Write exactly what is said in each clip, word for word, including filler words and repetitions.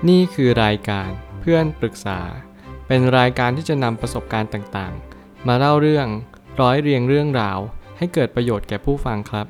นี่คือรายการเพื่อนปรึกษาเป็นรายการที่จะนำประสบการณ์ต่างๆมาเล่าเรื่องร้อยเรียงเรื่องราวให้เกิดประโยชน์แก่ผู้ฟังครับ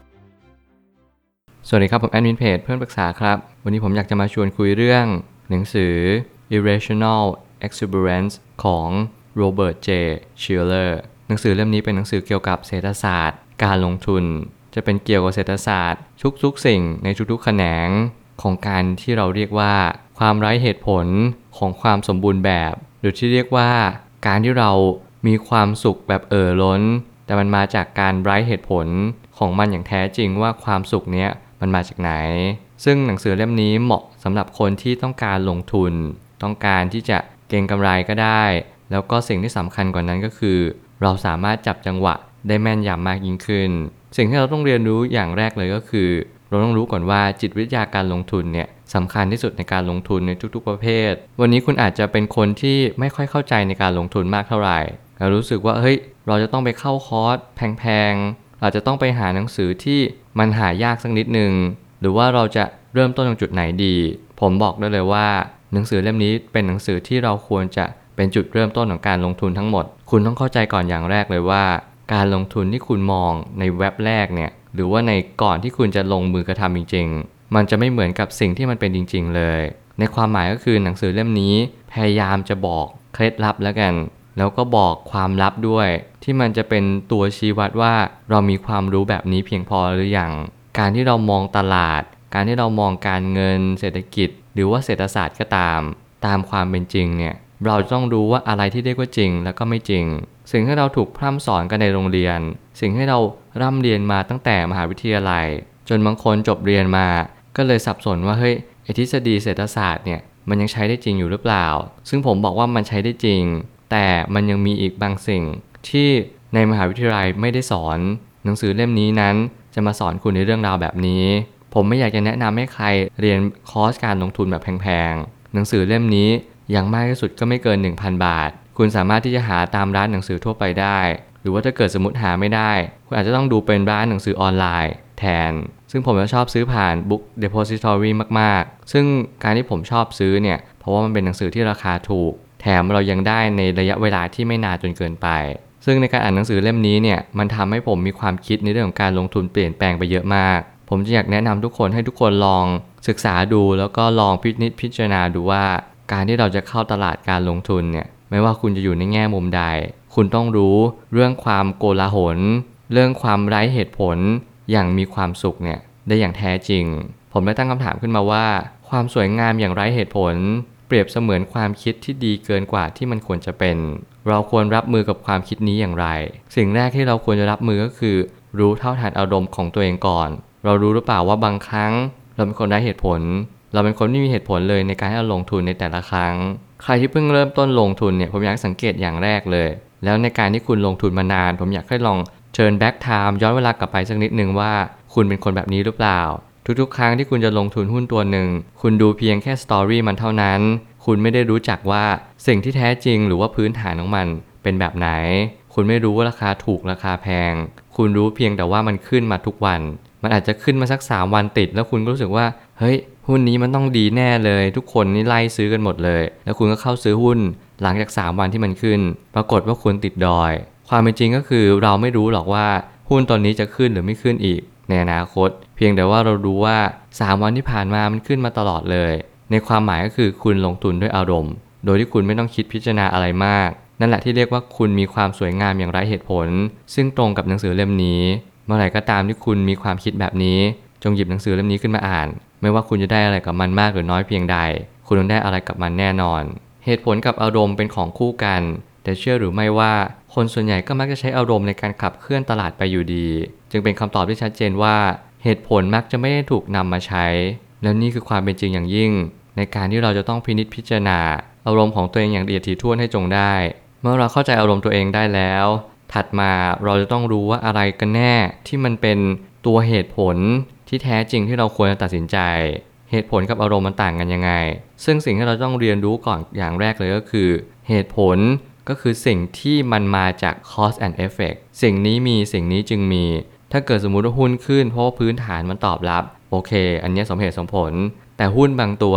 สวัสดีครับผมแอดมินเพจเพื่อนปรึกษาครับวันนี้ผมอยากจะมาชวนคุยเรื่องหนังสือ Irrational Exuberance ของ Robert J. Shiller หนังสือเล่มนี้เป็นหนังสือเกี่ยวกับเศรษฐศาสตร์การลงทุนจะเป็นเกี่ยวกับเศรษฐศาสตร์ทุกๆสิ่งในทุกๆแขนงของการที่เราเรียกว่าความไร้เหตุผลของความสมบูรณ์แบบหรือที่เรียกว่าการที่เรามีความสุขแบบเอ่อล้นแต่มันมาจากการไร้เหตุผลของมันอย่างแท้จริงว่าความสุขเนี้ยมันมาจากไหนซึ่งหนังสือเล่มนี้เหมาะสำหรับคนที่ต้องการลงทุนต้องการที่จะเก็งกำไรก็ได้แล้วก็สิ่งที่สำคัญกว่านั้นก็คือเราสามารถจับจังหวะได้แม่นยำมากยิ่งขึ้นสิ่งที่เราต้องเรียนรู้อย่างแรกเลยก็คือเราต้องรู้ก่อนว่าจิตวิทยาการลงทุนเนี่ยสำคัญที่สุดในการลงทุนในทุกๆประเภทวันนี้คุณอาจจะเป็นคนที่ไม่ค่อยเข้าใจในการลงทุนมากเท่าไหร่เรารู้สึกว่าเฮ้ยเราจะต้องไปเข้าคอร์สแพงๆเราจะต้องไปหาหนังสือที่มันหายากสักนิดนึงหรือว่าเราจะเริ่มต้นตรงจุดไหนดีผมบอกได้เลยว่าหนังสือเล่มนี้เป็นหนังสือที่เราควรจะเป็นจุดเริ่มต้นของการลงทุนทั้งหมดคุณต้องเข้าใจก่อนอย่างแรกเลยว่าการลงทุนที่คุณมองในเว็บแรกเนี่ยหรือว่าในก่อนที่คุณจะลงมือกระทำจริงๆมันจะไม่เหมือนกับสิ่งที่มันเป็นจริงๆเลยในความหมายก็คือหนังสือเล่มนี้พยายามจะบอกเคล็ดลับแล้วกันแล้วก็บอกความลับด้วยที่มันจะเป็นตัวชี้วัดว่าเรามีความรู้แบบนี้เพียงพอหรือยังการที่เรามองตลาดการที่เรามองการเงินเศรษฐกิจหรือว่าเศรษฐศาสตร์ก็ตามตามความเป็นจริงเนี่ยเราต้องรู้ว่าอะไรที่เรียกว่าจริงแล้วก็ไม่จริงสิ่งที่เราถูกพร่ำสอนกันในโรงเรียนสิ่งที่เราร่ำเรียนมาตั้งแต่มหาวิทยาลัยจนบางคนจบเรียนมาก็เลยสับสนว่าเฮ้ยไอ้ทฤษฎีเศรษฐศาสตร์เนี่ยมันยังใช้ได้จริงอยู่หรือเปล่าซึ่งผมบอกว่ามันใช้ได้จริงแต่มันยังมีอีกบางสิ่งที่ในมหาวิทยาลัยไม่ได้สอนหนังสือเล่มนี้นั้นจะมาสอนคุณในเรื่องราวแบบนี้ผมไม่อยากจะแนะนำให้ใครเรียนคอร์สการลงทุนแบบแพงๆหนังสือเล่มนี้อย่างมากที่สุดก็ไม่เกิน หนึ่งพัน บาทคุณสามารถที่จะหาตามร้านหนังสือทั่วไปได้หรือว่าถ้าเกิดสมมติหาไม่ได้คุณอาจจะต้องดูเป็นร้านหนังสือออนไลน์แทนซึ่งผมจะชอบซื้อผ่าน Book Depository มากๆซึ่งการที่ผมชอบซื้อเนี่ยเพราะว่ามันเป็นหนังสือที่ราคาถูกแถมเรายังได้ในระยะเวลาที่ไม่นานจนเกินไปซึ่งในการอ่านหนังสือเล่มนี้เนี่ยมันทำให้ผมมีความคิดในเรื่องของการลงทุนเปลี่ยนแปลงไปเยอะมากผมจะอยากแนะนำทุกคนให้ทุกคนลองศึกษาดูแล้วก็ลองพินิจพิจารณาดูว่าการที่เราจะเข้าตลาดการลงทุนเนี่ยไม่ว่าคุณจะอยู่ในแง่มุมใดคุณต้องรู้เรื่องความโกลาหลเรื่องความไร้เหตุผลอย่างมีความสุขเนี่ยได้อย่างแท้จริงผมได้ตั้งคำถามขึ้นมาว่าความสวยงามอย่างไร้เหตุผลเปรียบเสมือนความคิดที่ดีเกินกว่าที่มันควรจะเป็นเราควรรับมือกับความคิดนี้อย่างไรสิ่งแรกที่เราควรจะรับมือก็คือรู้เท่าทันอารมณ์ของตัวเองก่อนเรารู้หรือเปล่าว่าบางครั้งเราเป็นคนไร้เหตุผลเราเป็นคนไม่มีเหตุผลเลยในการที่เราลงทุนในแต่ละครั้งใครที่เพิ่งเริ่มต้นลงทุนเนี่ยผมอยากสังเกตอย่างแรกเลยแล้วในการที่คุณลงทุนมานานผมอยากให้ลองเชิญแบ็กไทม์ย้อนเวลากลับไปสักนิดนึงว่าคุณเป็นคนแบบนี้หรือเปล่าทุกๆครั้งที่คุณจะลงทุนหุ้นตัวหนึ่งคุณดูเพียงแค่สตอรี่มันเท่านั้นคุณไม่ได้รู้จักว่าสิ่งที่แท้จริงหรือว่าพื้นฐานของมันเป็นแบบไหนคุณไม่รู้ว่าราคาถูกราคาแพงคุณรู้เพียงแต่ว่ามันขึ้นมาทุกวันมันอาจจะขึ้นมาสักสามวันติดแล้วคุณก็รู้สึกว่าเฮ้ยหุ้นนี้มันต้องดีแน่เลยทุกคนนี่ไล่ซื้อกันหมดเลยแล้วคุณก็เข้าซื้อหุ้นหลังจากสามวันที่มันขึ้นปรากฏว่าคุณติดดอยความเป็นจริงก็คือเราไม่รู้หรอกว่าหุ้นตอนนี้จะขึ้นหรือไม่ขึ้นอีกในอนาคตเพียงแต่ว่าเรารู้ว่าสามวันที่ผ่านมามันขึ้นมาตลอดเลยในความหมายก็คือคุณลงทุนด้วยอารมณ์โดยที่คุณไม่ต้องคิดพิจารณาอะไรมากนั่นแหละที่เรียกว่าคุณมีความสวยงามอย่างไร้เหตุผลซึ่งตรงกับหนังสือเล่มนี้เมื่อไหร่ก็ตามที่คุณมีความคิดแบบนี้จงหยิบหนังสือเล่มนี้ขึ้นมาอ่านไม่ว่าคุณจะได้อะไรกับมันมากหรือน้อยเพียงใดคุณต้องได้อะไรกับมันแน่นอนเหตุผลกับอารมณ์เป็นของคู่กันแต่เชื่อหรือไม่ว่าคนส่วนใหญ่ก็มักจะใช้อารมณ์ในการขับเคลื่อนตลาดไปอยู่ดีจึงเป็นคำตอบที่ชัดเจนว่าเหตุผลมักจะไม่ได้ถูกนำมาใช้และนี่คือความเป็นจริงอย่างยิ่งในการที่เราจะต้องพินิจพิจารณาอารมณ์ของตัวเองอย่างละเอียดถี่ถ้วนให้จงได้เมื่อเราเข้าใจอารมณ์ตัวเองได้แล้วถัดมาเราจะต้องรู้ว่าอะไรกันแน่ที่มันเป็นตัวเหตุผลที่แท้จริงที่เราควรจะตัดสินใจเหตุผลกับอารมณ์มันต่างกันยังไงซึ่งสิ่งที่เราต้องเรียนรู้ก่อนอย่างแรกเลยก็คือเหตุผลก็คือสิ่งที่มันมาจาก cause and effect สิ่งนี้มีสิ่งนี้จึงมีถ้าเกิดสมมุติว่าหุ้นขึ้นเพราะว่าพื้นฐานมันตอบรับโอเคอันนี้สมเหตุสมผลแต่หุ้นบางตัวเนี่ย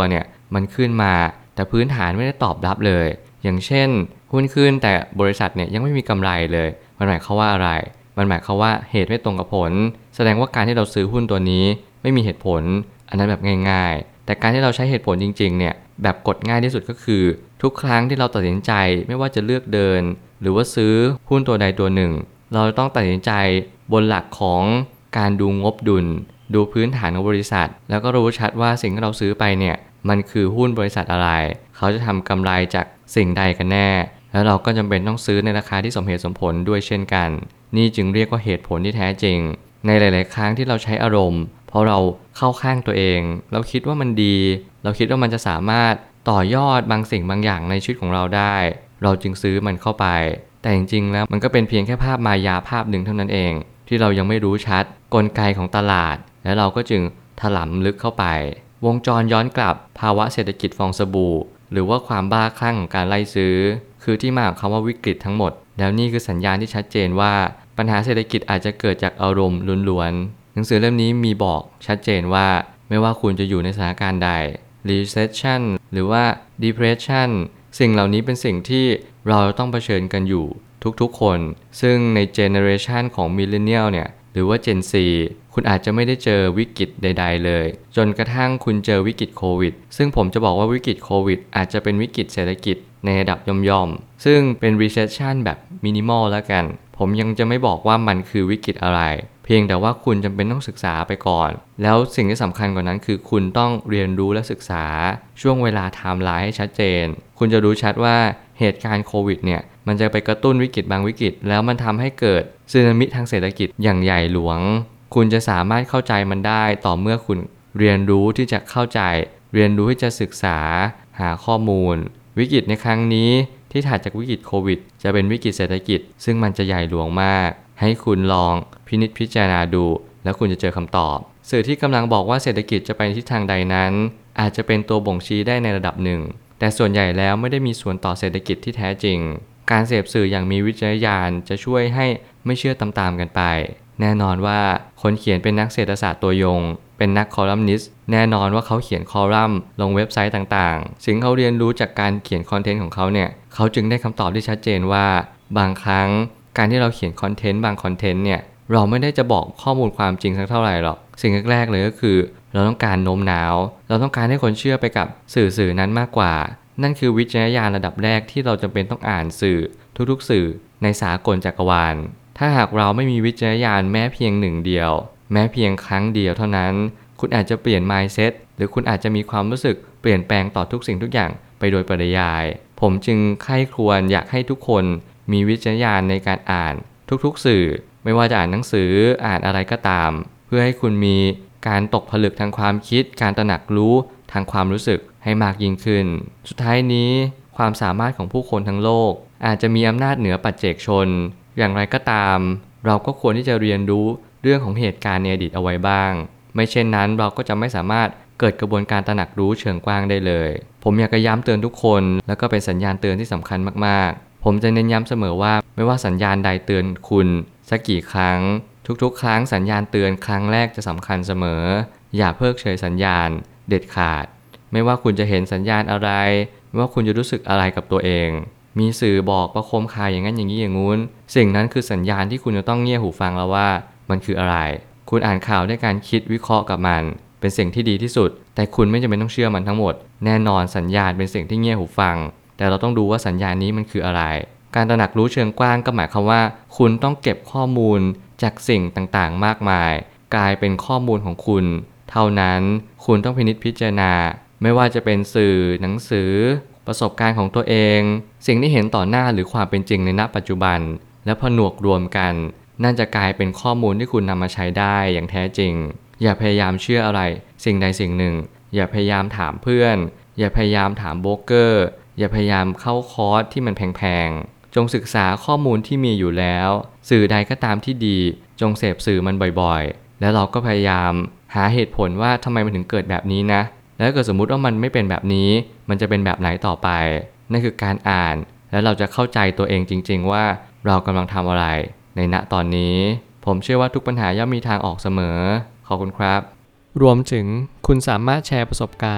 มันขึ้นมาแต่พื้นฐานไม่ได้ตอบรับเลยอย่างเช่นหุ้นขึ้นแต่บริษัทเนี่ยยังไม่มีกำไรเลยมันหมายความว่าอะไรมันหมายความว่าเหตุไม่ตรงกับผลแสดงว่าการที่เราซื้อหุ้นตัวนี้ไม่มีเหตุผลอันนั้นแบบง่ายๆแต่การที่เราใช้เหตุผลจริงๆเนี่ยแบบกดง่ายที่สุดก็คือทุกครั้งที่เราตัดสินใจไม่ว่าจะเลือกเดินหรือว่าซื้อหุ้นตัวใดตัวหนึ่งเราต้องตัดสินใจบนหลักของการดูงบดุลดูพื้นฐานของบริษัทแล้วก็รู้ชัดว่าสิ่งที่เราซื้อไปเนี่ยมันคือหุ้นบริษัทอะไรเขาจะทำกำไรจากสิ่งใดกันแน่แล้วเราก็จำเป็นต้องซื้อในราคาที่สมเหตุสมผลด้วยเช่นกันนี่จึงเรียกว่าเหตุผลที่แท้จริงในหลายๆครั้งที่เราใช้อารมณ์เพราะเราเข้าข้างตัวเองเราคิดว่ามันดีเราคิดว่ามันจะสามารถต่อยอดบางสิ่งบางอย่างในชีวิตของเราได้เราจึงซื้อมันเข้าไปแต่จริงๆแล้วมันก็เป็นเพียงแค่ภาพมายาภาพหนึ่งเท่านั้นเองที่เรายังไม่รู้ชัดกลไกของตลาดและเราก็จึงถลำลึกเข้าไปวงจรย้อนกลับภาวะเศรษฐกิจฟองสบู่หรือว่าความบ้าคลั่งของการไล่ซื้อคือที่มาของคำว่าวิกฤตทั้งหมดแล้วนี่คือสัญญาณที่ชัดเจนว่าปัญหาเศรษฐกิจอาจจะเกิดจากอารมณ์ล้วนๆหนังสือเล่มนี้มีบอกชัดเจนว่าไม่ว่าคุณจะอยู่ในสถานการณ์ใด recession หรือว่า depression สิ่งเหล่านี้เป็นสิ่งที่เราต้องเผชิญกันอยู่ทุกๆคนซึ่งในเจเนอเรชันของมิลเลนเนียลเนี่ยหรือว่า Gen Z คุณอาจจะไม่ได้เจอวิกฤตใดๆเลยจนกระทั่งคุณเจอวิกฤตโควิดซึ่งผมจะบอกว่าวิกฤตโควิดอาจจะเป็นวิกฤตเศรษฐกิจในระดับย่อมๆซึ่งเป็น recession แบบมินิมอลแล้วกันผมยังจะไม่บอกว่ามันคือวิกฤตอะไรเพียงแต่ว่าคุณจำเป็นต้องศึกษาไปก่อนแล้วสิ่งที่สำคัญกว่านั้นคือคุณต้องเรียนรู้และศึกษาช่วงเวลาไทม์ไลน์ให้ชัดเจนคุณจะรู้ชัดว่าเหตุการณ์โควิดเนี่ยมันจะไปกระตุ้นวิกฤตบางวิกฤตแล้วมันทำให้เกิดสึนามิทางเศรษฐกิจอย่างใหญ่หลวงคุณจะสามารถเข้าใจมันได้ต่อเมื่อคุณเรียนรู้ที่จะเข้าใจเรียนรู้ที่จะศึกษาหาข้อมูลวิกฤตในครั้งนี้ที่ถัดจากวิกฤตโควิดจะเป็นวิกฤตเศรษฐกิจซึ่งมันจะใหญ่หลวงมากให้คุณลองพินิจพิจารณาดูแล้วคุณจะเจอคำตอบสื่อที่กำลังบอกว่าเศรษฐกิจจะไปทิศทางใดนั้นอาจจะเป็นตัวบ่งชี้ได้ในระดับหนึ่งแต่ส่วนใหญ่แล้วไม่ได้มีส่วนต่อเศรษฐกิจที่แท้จริงการเสพสื่ออย่างมีวิจารณญาณจะช่วยให้ไม่เชื่อตามๆกันไปแน่นอนว่าคนเขียนเป็นนักเศรษฐศาสตร์ตัวยงเป็นนักคอลัมนิสต์แน่นอนว่าเขาเขียนคอลัมน์ลงเว็บไซต์ต่างๆสิ่งเขาเรียนรู้จากการเขียนคอนเทนต์ของเขาเนี่ยเขาจึงได้คำตอบที่ชัดเจนว่าบางครั้งการที่เราเขียนคอนเทนต์บางคอนเทนต์เนี่ยเราไม่ได้จะบอกข้อมูลความจริงสักเท่าไหร่หรอกสิ่งแรกๆเลยก็คือเราต้องการโน้มน้าวเราต้องการให้คนเชื่อไปกับสื่อสื่อนั้นมากกว่านั่นคือวิจารณญาณระดับแรกที่เราจำเป็นต้องอ่านสื่อทุกๆสื่อในสากลจักรวาลถ้าหากเราไม่มีวิจารณญาณแม้เพียงหนึ่งเดียวแม้เพียงครั้งเดียวเท่านั้นคุณอาจจะเปลี่ยน mindset หรือคุณอาจจะมีความรู้สึกเปลี่ยนแปลงต่อทุกสิ่งทุกอย่างไปโดยปริยายผมจึงใคร่ครวญอยากให้ทุกคนมีวิจารณญาณในการอ่านทุกๆสื่อไม่ว่าจะอ่านหนังสืออ่านอะไรก็ตามเพื่อให้คุณมีการตกผลึกทางความคิดการตระหนักรู้ทางความรู้สึกให้มากยิ่งขึ้นสุดท้ายนี้ความสามารถของผู้คนทั้งโลกอาจจะมีอำนาจเหนือปัจเจกชนอย่างไรก็ตามเราก็ควรที่จะเรียนรู้เรื่องของเหตุการณ์ในอดีตเอาไว้บ้างไม่เช่นนั้นเราก็จะไม่สามารถเกิดกระบวนการตระหนักรู้เชิงกว้างได้เลยผมอยากจะย้ำเตือนทุกคนแล้วก็เป็นสัญญาณเตือนที่สำคัญมากๆผมจะเน้นย้ำเสมอว่าไม่ว่าสัญญาณใดเตือนคุณสักกี่ครั้งทุกๆครั้งสัญญาณเตือนครั้งแรกจะสำคัญเสมออย่าเพิกเฉยสัญญาณเด็ดขาดไม่ว่าคุณจะเห็นสัญญาณอะไรไม่ว่าคุณจะรู้สึกอะไรกับตัวเองมีสื่อบอกประโคมคายอย่างนั้นอย่างนี้อย่างงู้นสิ่งนั้นคือสัญญาณที่คุณจะต้องเงี่ยหูฟังแล้วว่ามันคืออะไรคุณอ่านข่าวด้วยการคิดวิเคราะห์กับมันเป็นสิ่งที่ดีที่สุดแต่คุณไม่จำเป็นต้องเชื่อมันทั้งหมดแน่นอนสัญญาณเป็นสิ่งที่เงี่ยหูฟังแต่เราต้องดูว่าสัญญาณนี้มันคืออะไรการตระหนักรู้เชิงกว้างก็หมายความว่าคุณต้องเก็บข้อมูลจากสิ่งต่างๆมากมายกลายเป็นข้อมูลของคุณเท่านั้นคุณต้องพินิจพิจารณาไม่ว่าจะเป็นสื่อหนังสือประสบการณ์ของตัวเองสิ่งที่เห็นต่อหน้าหรือความเป็นจริงในณปัจจุบันและผนวกรวมกันนั่นจะกลายเป็นข้อมูลที่คุณนำมาใช้ได้อย่างแท้จริงอย่าพยายามเชื่ออะไรสิ่งใดสิ่งหนึ่งอย่าพยายามถามเพื่อนอย่าพยายามถามโบรกเกอร์อย่าพยายามเข้าคอร์สที่มันแพงๆจงศึกษาข้อมูลที่มีอยู่แล้วสื่อใดก็ตามที่ดีจงเสพสื่อมันบ่อยๆแล้วเราก็พยายามหาเหตุผลว่าทำไมมันถึงเกิดแบบนี้นะแล้วเกิดสมมุติว่ามันไม่เป็นแบบนี้มันจะเป็นแบบไหนต่อไปนั่นคือการอ่านแล้วเราจะเข้าใจตัวเองจริงๆว่าเรากำลังทำอะไรในณตอนนี้ผมเชื่อว่าทุกปัญหาย่อมมีทางออกเสมอขอบคุณครับรวมถึงคุณสามารถแชร์ประสบการณ์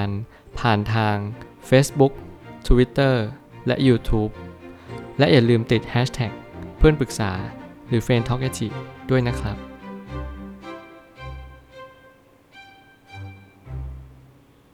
ผ่านทาง Facebook Twitter และ YouTube และอย่าลืมติด แฮชแท็ก เพื่อนปรึกษาหรือ เฟรนด์ ทอล์ก แอท จี ด้วยนะครับ